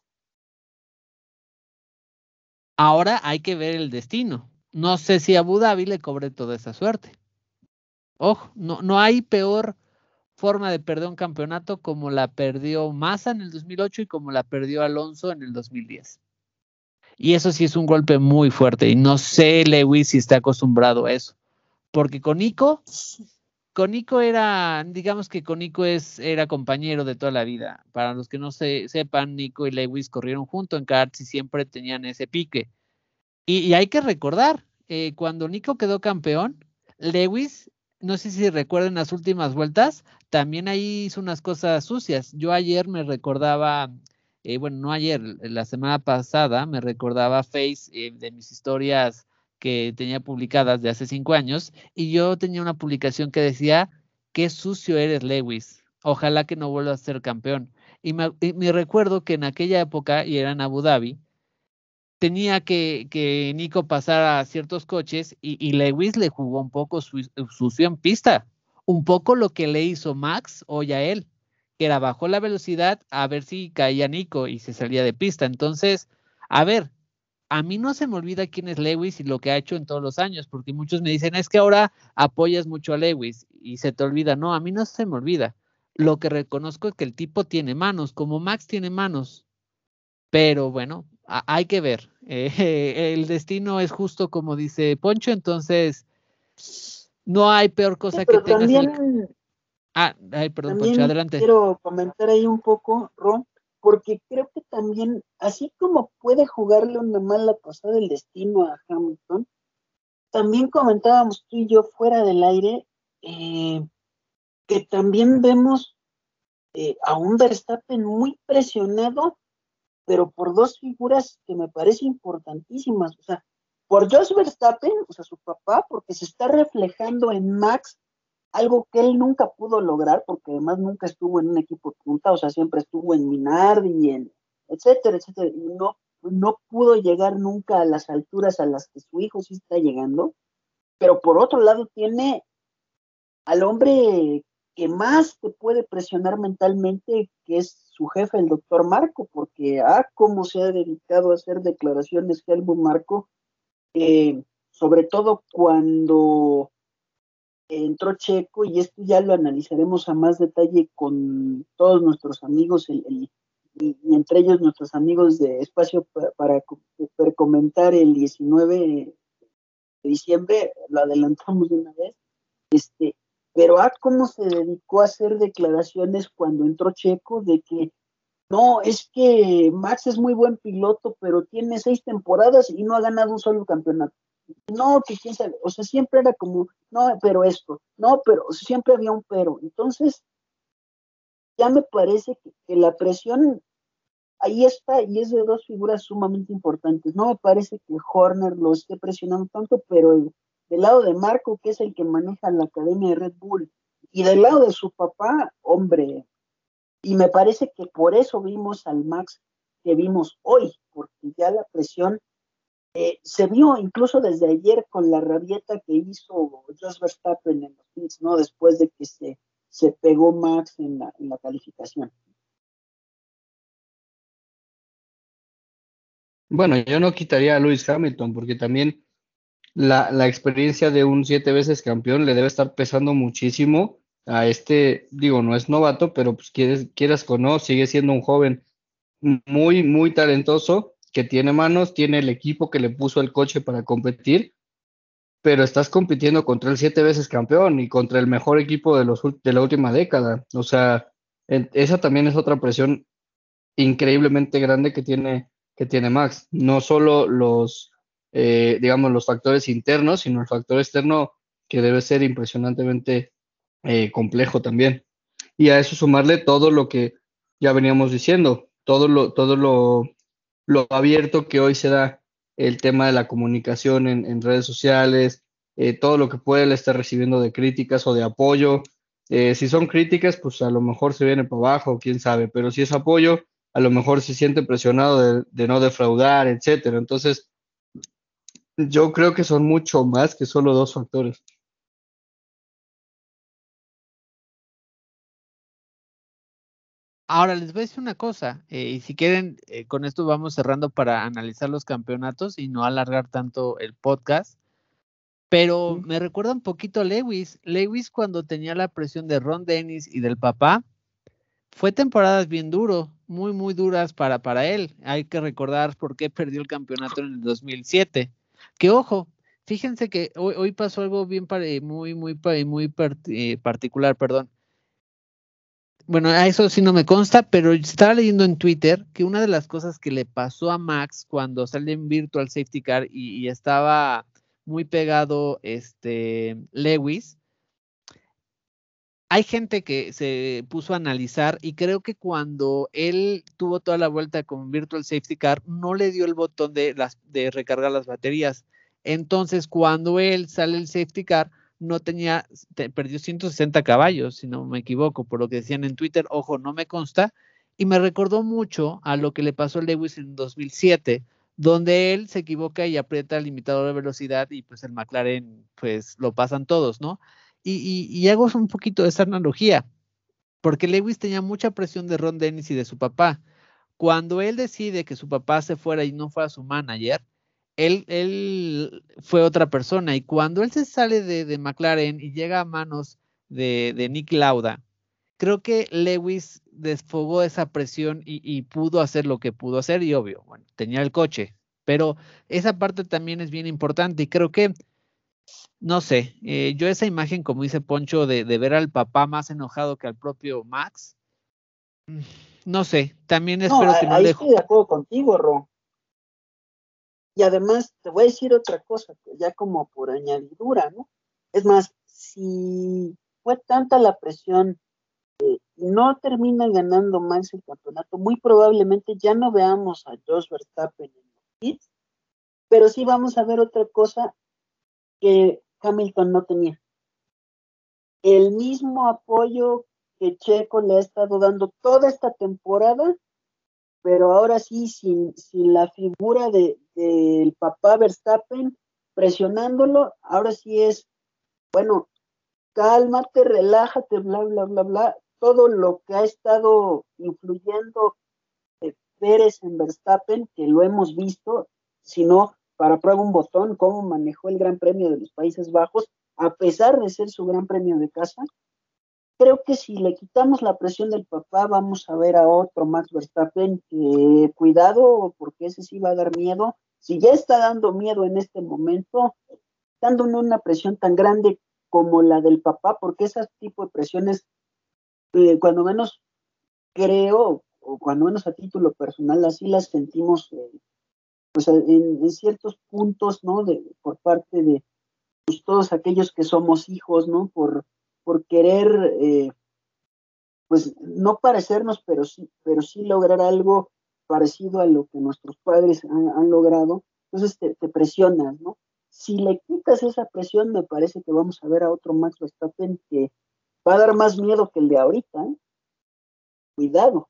ahora hay que ver el destino. No sé si Abu Dhabi le cobre toda esa suerte. Ojo, no hay peor forma de perder un campeonato como la perdió Massa en el 2008 y como la perdió Alonso en el 2010. Y eso sí es un golpe muy fuerte y no sé Lewis si está acostumbrado a eso, porque con Nico era, digamos que con Nico era compañero de toda la vida. Para los que no sepan, Nico y Lewis corrieron juntos en karts y siempre tenían ese pique. Y hay que recordar, cuando Nico quedó campeón, Lewis, no sé si recuerden las últimas vueltas, también ahí hizo unas cosas sucias. Yo ayer me recordaba, bueno, no ayer, la semana pasada, me recordaba Face de mis historias que tenía publicadas de hace 5 años, y yo tenía una publicación que decía, qué sucio eres, Lewis. Ojalá que no vuelvas a ser campeón. Y me recuerdo que en aquella época, y era en Abu Dhabi, tenía que Nico pasara a ciertos coches y Lewis le jugó un poco sucio en pista, un poco lo que le hizo Max hoy a él, que era bajó la velocidad a ver si caía Nico y se salía de pista. Entonces, a ver, a mí no se me olvida quién es Lewis y lo que ha hecho en todos los años, porque muchos me dicen, es que ahora apoyas mucho a Lewis y se te olvida. No, a mí no se me olvida. Lo que reconozco es que el tipo tiene manos, como Max tiene manos, pero bueno, hay que ver. El destino es justo como dice Poncho, entonces no hay peor cosa que pero tengas perdón, Poncho, también adelante. quiero comentar ahí un poco, Ron, porque creo que también, así como puede jugarle una mala pasada el destino a Hamilton, también comentábamos tú y yo fuera del aire, que también vemos a un Verstappen muy presionado, pero por dos figuras que me parecen importantísimas. O sea, por Jos Verstappen, o sea, su papá, porque se está reflejando en Max algo que él nunca pudo lograr, porque además nunca estuvo en un equipo punta, o sea, siempre estuvo en Minardi, en etcétera, etcétera, y no pudo llegar nunca a las alturas a las que su hijo sí está llegando. Pero por otro lado tiene al hombre que más te puede presionar mentalmente, que es su jefe, el doctor Marco, porque cómo se ha dedicado a hacer declaraciones Helmut Marco, sobre todo cuando entró Checo, y esto ya lo analizaremos a más detalle con todos nuestros amigos, y entre ellos nuestros amigos de Espacio para comentar el 19 de diciembre, lo adelantamos de una vez, pero cómo se dedicó a hacer declaraciones cuando entró Checo de que no, es que Max es muy buen piloto, pero tiene 6 temporadas y no ha ganado un solo campeonato. No, que quién sabe, o sea, siempre era como, no, pero esto, no, pero o sea, siempre había un pero. Entonces, ya me parece que la presión ahí está y es de dos figuras sumamente importantes. No me parece que Horner lo esté presionando tanto, pero del lado de Marco, que es el que maneja la academia de Red Bull, y del lado de su papá, hombre, y me parece que por eso vimos al Max que vimos hoy, porque ya la presión se vio incluso desde ayer con la rabieta que hizo Jos Verstappen en los pits, ¿no? Después de que se pegó Max en la calificación. Bueno, yo no quitaría a Lewis Hamilton porque también la experiencia de un 7 veces campeón le debe estar pesando muchísimo a este, digo, no es novato, pero pues quieras o no, sigue siendo un joven muy, muy talentoso, que tiene manos, tiene el equipo que le puso el coche para competir, pero estás compitiendo contra el 7 veces campeón y contra el mejor equipo de la última década. O sea, esa también es otra presión increíblemente grande que tiene Max. No solo digamos, los factores internos, sino el factor externo que debe ser impresionantemente complejo también. Y a eso sumarle todo lo que ya veníamos diciendo, todo lo abierto que hoy se da el tema de la comunicación en redes sociales, todo lo que puede él estar recibiendo de críticas o de apoyo. Si son críticas, pues a lo mejor se viene para abajo, quién sabe, pero si es apoyo, a lo mejor se siente presionado de no defraudar, etcétera. Entonces, yo creo que son mucho más que solo dos factores. Ahora les voy a decir una cosa, y si quieren, con esto vamos cerrando para analizar los campeonatos y no alargar tanto el podcast, pero me recuerda un poquito a Lewis. Lewis cuando tenía la presión de Ron Dennis y del papá, fue temporadas bien muy, muy duras para él. Hay que recordar por qué perdió el campeonato en el 2007. Que ojo, fíjense que hoy pasó algo bien muy particular, perdón. Bueno, a eso sí no me consta, pero estaba leyendo en Twitter que una de las cosas que le pasó a Max cuando salió en Virtual Safety Car y estaba muy pegado Lewis, hay gente que se puso a analizar y creo que cuando él tuvo toda la vuelta con Virtual Safety Car, no le dio el botón de recargar las baterías. Entonces, cuando él sale el Safety Car, perdió 160 caballos, si no me equivoco, por lo que decían en Twitter. Ojo, no me consta. Y me recordó mucho a lo que le pasó a Lewis en 2007, donde él se equivoca y aprieta el limitador de velocidad y pues el McLaren pues lo pasan todos, ¿no? Y hago un poquito esa analogía, porque Lewis tenía mucha presión de Ron Dennis y de su papá. Cuando él decide que su papá se fuera y no fuera su manager, él fue otra persona, y cuando él se sale de McLaren y llega a manos de Nick Lauda, creo que Lewis desfogó esa presión y pudo hacer lo que pudo hacer, y obvio, bueno, tenía el coche, pero esa parte también es bien importante, y creo que, no sé, yo esa imagen, como dice Poncho, de ver al papá más enojado que al propio Max, no sé, también No, espero que no ahí le... estoy de acuerdo contigo, Ro. Y además te voy a decir otra cosa, pues, ya como por añadidura, ¿no? Es más, si fue tanta la presión y no termina ganando Max el campeonato, muy probablemente ya no veamos a Jos Verstappen en los pits, pero sí vamos a ver otra cosa que Hamilton no tenía. El mismo apoyo que Checo le ha estado dando toda esta temporada, pero ahora sí sin la figura del papá Verstappen presionándolo, ahora sí es, bueno, cálmate, relájate, bla, bla, bla, bla, todo lo que ha estado influyendo Pérez en Verstappen, que lo hemos visto, si no, para prueba un botón, cómo manejó el Gran Premio de los Países Bajos, a pesar de ser su Gran Premio de casa. Creo que si le quitamos la presión del papá, vamos a ver a otro Max Verstappen que, cuidado, porque ese sí va a dar miedo. Si ya está dando miedo en este momento, dándole una presión tan grande como la del papá, porque ese tipo de presiones, cuando menos creo, o cuando menos a título personal, así las sentimos pues, en ciertos puntos, ¿no? Por parte de pues, todos aquellos que somos hijos, ¿no? Por querer pues no parecernos, pero sí lograr algo parecido a lo que nuestros padres han logrado, entonces te presionas, ¿no? Si le quitas esa presión, me parece que vamos a ver a otro Max Verstappen que va a dar más miedo que el de ahorita, ¿eh? Cuidado.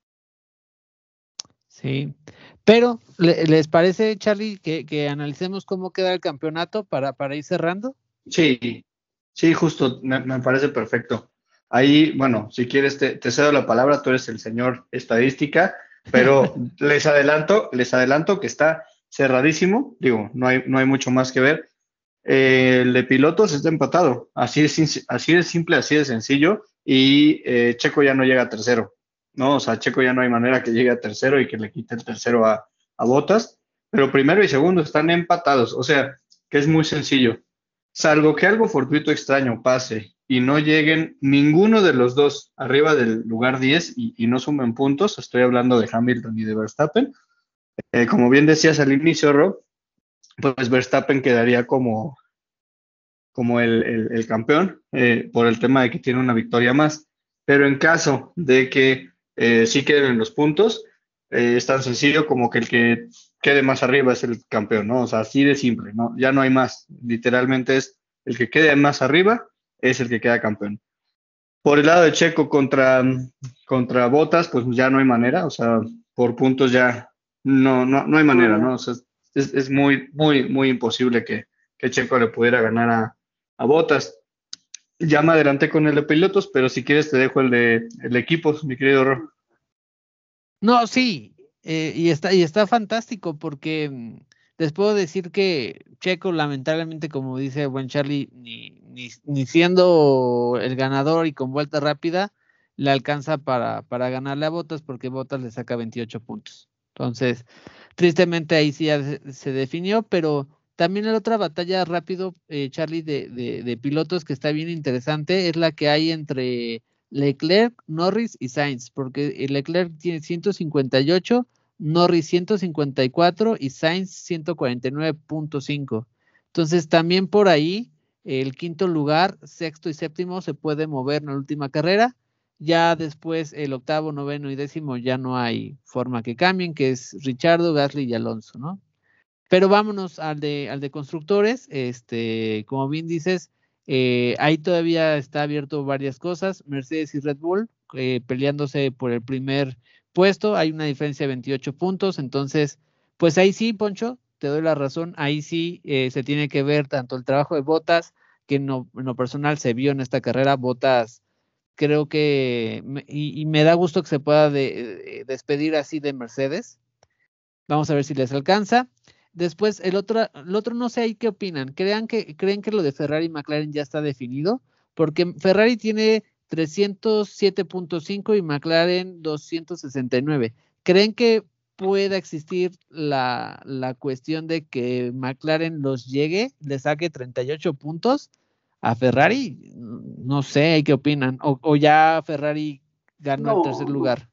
Sí, pero ¿les parece, Charlie, que analicemos cómo queda el campeonato para ir cerrando? Sí, sí, justo, me parece perfecto. Ahí, bueno, si quieres te cedo la palabra, tú eres el señor estadística, pero les adelanto que está cerradísimo, digo, no hay mucho más que ver. El de pilotos está empatado, así de simple, así de sencillo, y Checo ya no llega a tercero, ¿no? O sea, Checo ya no hay manera que llegue a tercero y que le quite el tercero a Bottas, pero primero y segundo están empatados, o sea, que es muy sencillo. Salvo que algo fortuito extraño pase y no lleguen ninguno de los dos arriba del lugar 10 y no sumen puntos, estoy hablando de Hamilton y de Verstappen. Como bien decías al inicio, Rob, pues Verstappen quedaría como el campeón por el tema de que tiene una victoria más. Pero en caso de que sí queden en los puntos, es tan sencillo como que el que quede más arriba es el campeón, ¿no? O sea, así de simple, ¿no? Ya no hay más. Literalmente es el que quede más arriba es el que queda campeón. Por el lado de Checo contra Bottas, pues ya no hay manera, o sea, por puntos ya no hay manera, ¿no? O sea, es muy, muy, muy imposible que Checo le pudiera ganar a Bottas. Ya me adelanté con el de pilotos, pero si quieres te dejo el de equipos, mi querido Ro. No, sí, y está fantástico porque les puedo decir que Checo, lamentablemente, como dice buen Charlie, ni siendo el ganador y con vuelta rápida, le alcanza para ganarle a Bottas, porque Bottas le saca 28 puntos. Entonces, tristemente ahí sí ya se definió, pero también la otra batalla rápido, Charlie, de pilotos que está bien interesante, es la que hay entre Leclerc, Norris y Sainz, porque Leclerc tiene 158, Norris 154 y Sainz 149.5. Entonces también por ahí el quinto lugar, sexto y séptimo se puede mover en la última carrera. Ya después el octavo, noveno y décimo ya no hay forma que cambien, que es Richardo, Gasly y Alonso, ¿no? Pero vámonos al de constructores. Como bien dices, ahí todavía está abierto varias cosas. Mercedes y Red Bull peleándose por el primer puesto. Hay una diferencia de 28 puntos. Entonces, pues ahí sí, Poncho, te doy la razón, ahí sí se tiene que ver tanto el trabajo de Bottas, que en lo personal se vio en esta carrera. Bottas creo que, y me da gusto que se pueda despedir así de Mercedes. Vamos a ver si les alcanza. Después, el otro no sé ahí qué opinan. ¿Creen que lo de Ferrari y McLaren ya está definido? Porque Ferrari tiene 307.5 y McLaren 269. ¿Creen que pueda existir la cuestión de que McLaren los llegue, le saque 38 puntos a Ferrari? No sé, ¿qué opinan? ¿O ya Ferrari ganó el tercer No, lugar?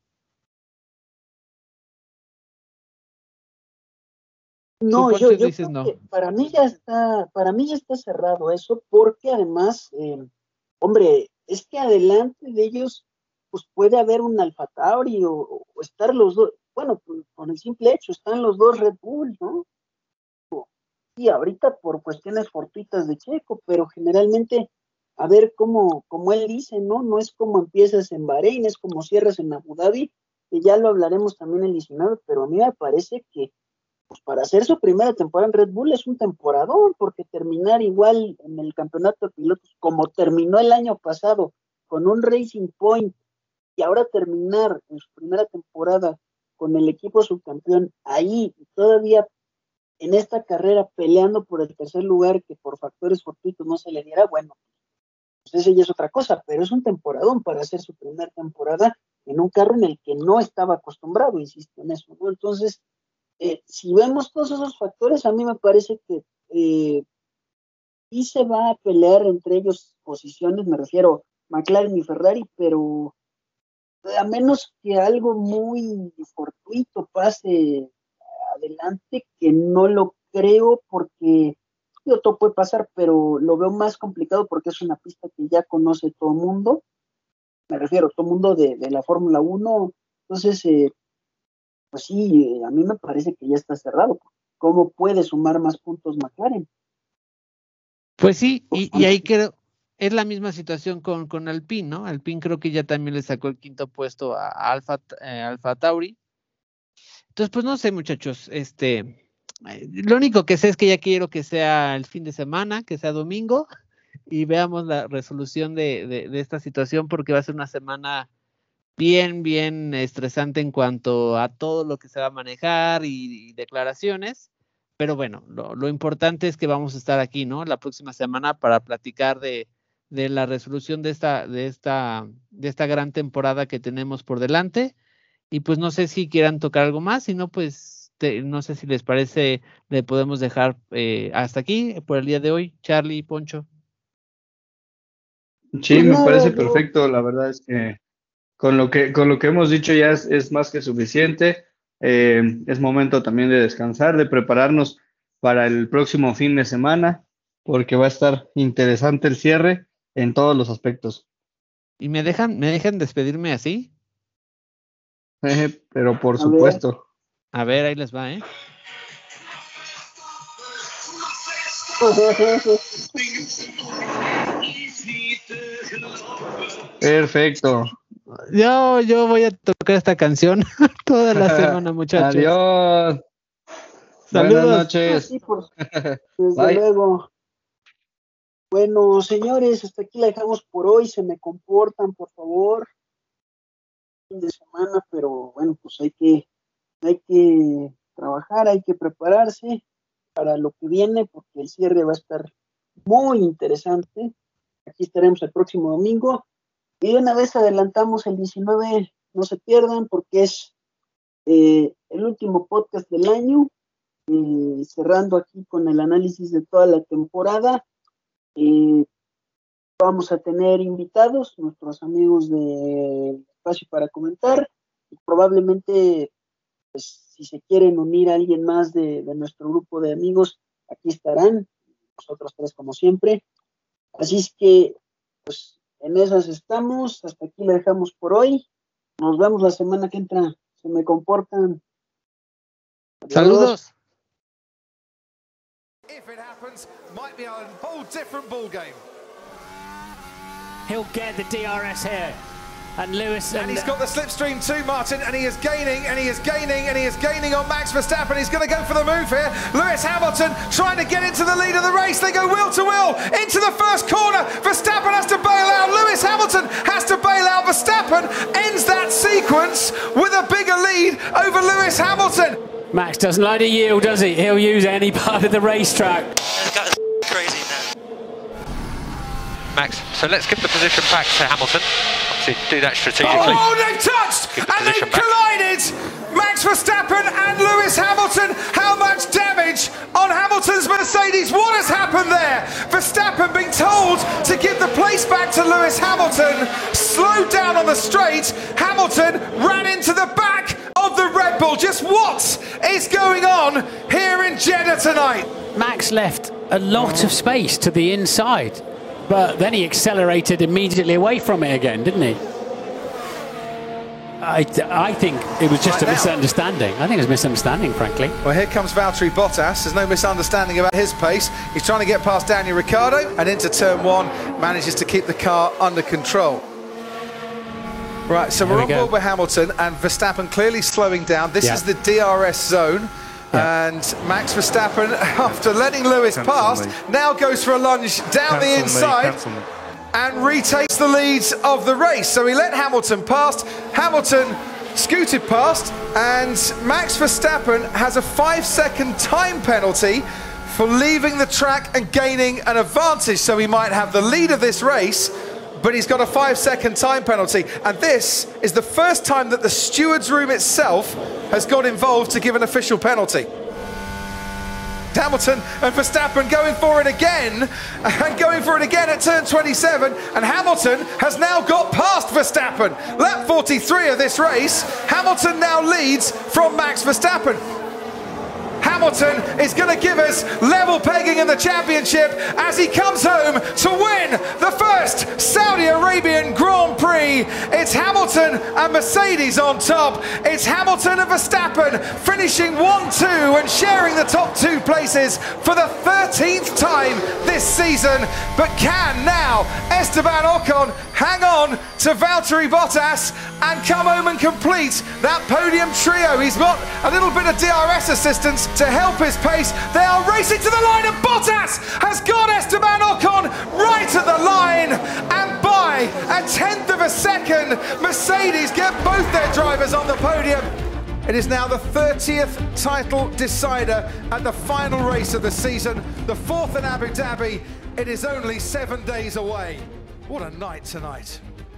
Tú, no, Poncho, yo dices creo no. que para mí ya está cerrado eso, porque además, hombre, es que adelante de ellos, pues puede haber un Alfa Tauri o estar los dos, bueno, pues, con el simple hecho, están los dos Red Bull, ¿no? Y ahorita por cuestiones fortuitas de Checo, pero generalmente, a ver como él dice, ¿no? No es como empiezas en Bahrein, es como cierras en Abu Dhabi, que ya lo hablaremos también el 19, pero a mí me parece que pues para hacer su primera temporada en Red Bull es un temporadón, porque terminar igual en el campeonato de pilotos como terminó el año pasado, con un Racing Point, y ahora terminar en su primera temporada con el equipo subcampeón ahí, y todavía en esta carrera peleando por el tercer lugar, que por factores fortuitos no se le diera, bueno, pues eso ya es otra cosa, pero es un temporadón para hacer su primera temporada en un carro en el que no estaba acostumbrado, insisto en eso, ¿no? Entonces, si vemos todos esos factores, a mí me parece que sí se va a pelear entre ellos posiciones, me refiero McLaren y Ferrari, pero a menos que algo muy fortuito pase adelante, que no lo creo porque todo puede pasar, pero lo veo más complicado porque es una pista que ya conoce todo el mundo, me refiero todo el mundo de la Fórmula 1, entonces, pues sí, a mí me parece que ya está cerrado. ¿Cómo puede sumar más puntos McLaren? Pues sí, y ahí creo, es la misma situación con Alpine, ¿no? Alpine creo que ya también le sacó el quinto puesto a Alfa Tauri. Entonces, pues no sé, muchachos, lo único que sé es que ya quiero que sea el fin de semana, que sea domingo, y veamos la resolución de esta situación, porque va a ser una semana bien, bien estresante en cuanto a todo lo que se va a manejar y declaraciones. Pero bueno, lo importante es que vamos a estar aquí, ¿no? La próxima semana para platicar de la resolución de esta gran temporada que tenemos por delante. Y pues no sé si quieran tocar algo más, si no, pues no sé si les parece, le podemos dejar hasta aquí por el día de hoy, Charlie, Poncho. Sí, Pues me nada, parece perfecto. La verdad es que con lo que hemos dicho ya es más que suficiente. Es momento también de descansar, de prepararnos para el próximo fin de semana, porque va a estar interesante el cierre en todos los aspectos. ¿Y me dejan despedirme así? Pero por a ver, supuesto. A ver, ahí les va, ¿eh? Perfecto. Yo voy a tocar esta canción toda la semana, muchachos. Adiós. Buenas Saludos. noches. sí, pues, desde Bye. luego. Bueno, señores, hasta aquí la dejamos por hoy. Se me comportan, por favor, fin de semana, pero bueno, pues hay que trabajar, hay que prepararse para lo que viene, porque el cierre va a estar muy interesante. Aquí estaremos el próximo domingo. Y de una vez adelantamos el 19, no se pierdan, porque es el último podcast del año, cerrando aquí con el análisis de toda la temporada. Eh, Vamos a tener invitados, nuestros amigos de Espacio para Comentar, y probablemente, pues, si se quieren unir a alguien más de nuestro grupo de amigos, aquí estarán, nosotros tres como siempre. Así es que, pues, en esas estamos, hasta aquí la dejamos por hoy. Nos vemos la semana que entra. Se me comportan. Adiós. Saludos. If it happens, might be a whole different ball game. He'll get the DRS here. And Lewis, and he's got the slipstream too, Martin, and he is gaining, and he is gaining, and he is gaining on Max Verstappen. He's going to go for the move here. Lewis Hamilton trying to get into the lead of the race. They go wheel to wheel into the first corner. Verstappen has to bail out. Lewis Hamilton has to bail out. Verstappen ends that sequence with a bigger lead over Lewis Hamilton. Max doesn't like to yield, does he? He'll use any part of the racetrack. Crazy now. Max, so let's give the position back to Hamilton. Obviously, do that strategically. Oh, they've touched and they've collided. Max Verstappen and Lewis Hamilton. How much damage on Hamilton's Mercedes? What has happened there? Verstappen being told to give the place back to Lewis Hamilton. Slowed down on the straight. Hamilton ran into the back of the Red Bull. Just what is going on here in Jeddah tonight? Max left a lot of space to the inside, but then he accelerated immediately away from it again, didn't he? I think it was just a misunderstanding. I think it was a misunderstanding, frankly. Well, here comes Valtteri Bottas. There's no misunderstanding about his pace. He's trying to get past Daniel Ricciardo and into turn one, manages to keep the car under control. Right, so we're on board with Hamilton and Verstappen clearly slowing down. This is the DRS zone. And Max Verstappen, after letting Lewis past, now goes for a lunge down the inside and retakes the leads of the race. So he let Hamilton past, Hamilton scooted past, and Max Verstappen has a 5-second time penalty for leaving the track and gaining an advantage. So he might have the lead of this race, but he's got a 5-second time penalty. And this is the first time that the stewards room itself has got involved to give an official penalty. Hamilton and Verstappen going for it again, and going for it again at turn 27, and Hamilton has now got past Verstappen. Lap 43 of this race, Hamilton now leads from Max Verstappen. Hamilton is going to give us level pegging in the championship as he comes home to win the first Saudi Arabian Grand Prix. It's Hamilton and Mercedes on top. It's Hamilton and Verstappen finishing 1-2 and sharing the top 2 places for the 13th time this season. But can now Esteban Ocon hang on to Valtteri Bottas and come home and complete that podium trio? He's got a little bit of DRS assistance to help his pace. They are racing to the line, and Bottas has got Esteban Ocon right at the line, and by a 10th of a second, Mercedes get both their drivers on the podium. It is now the 30th title decider at the final race of the season, the 4th in Abu Dhabi. It is only 7 days away. What a night tonight.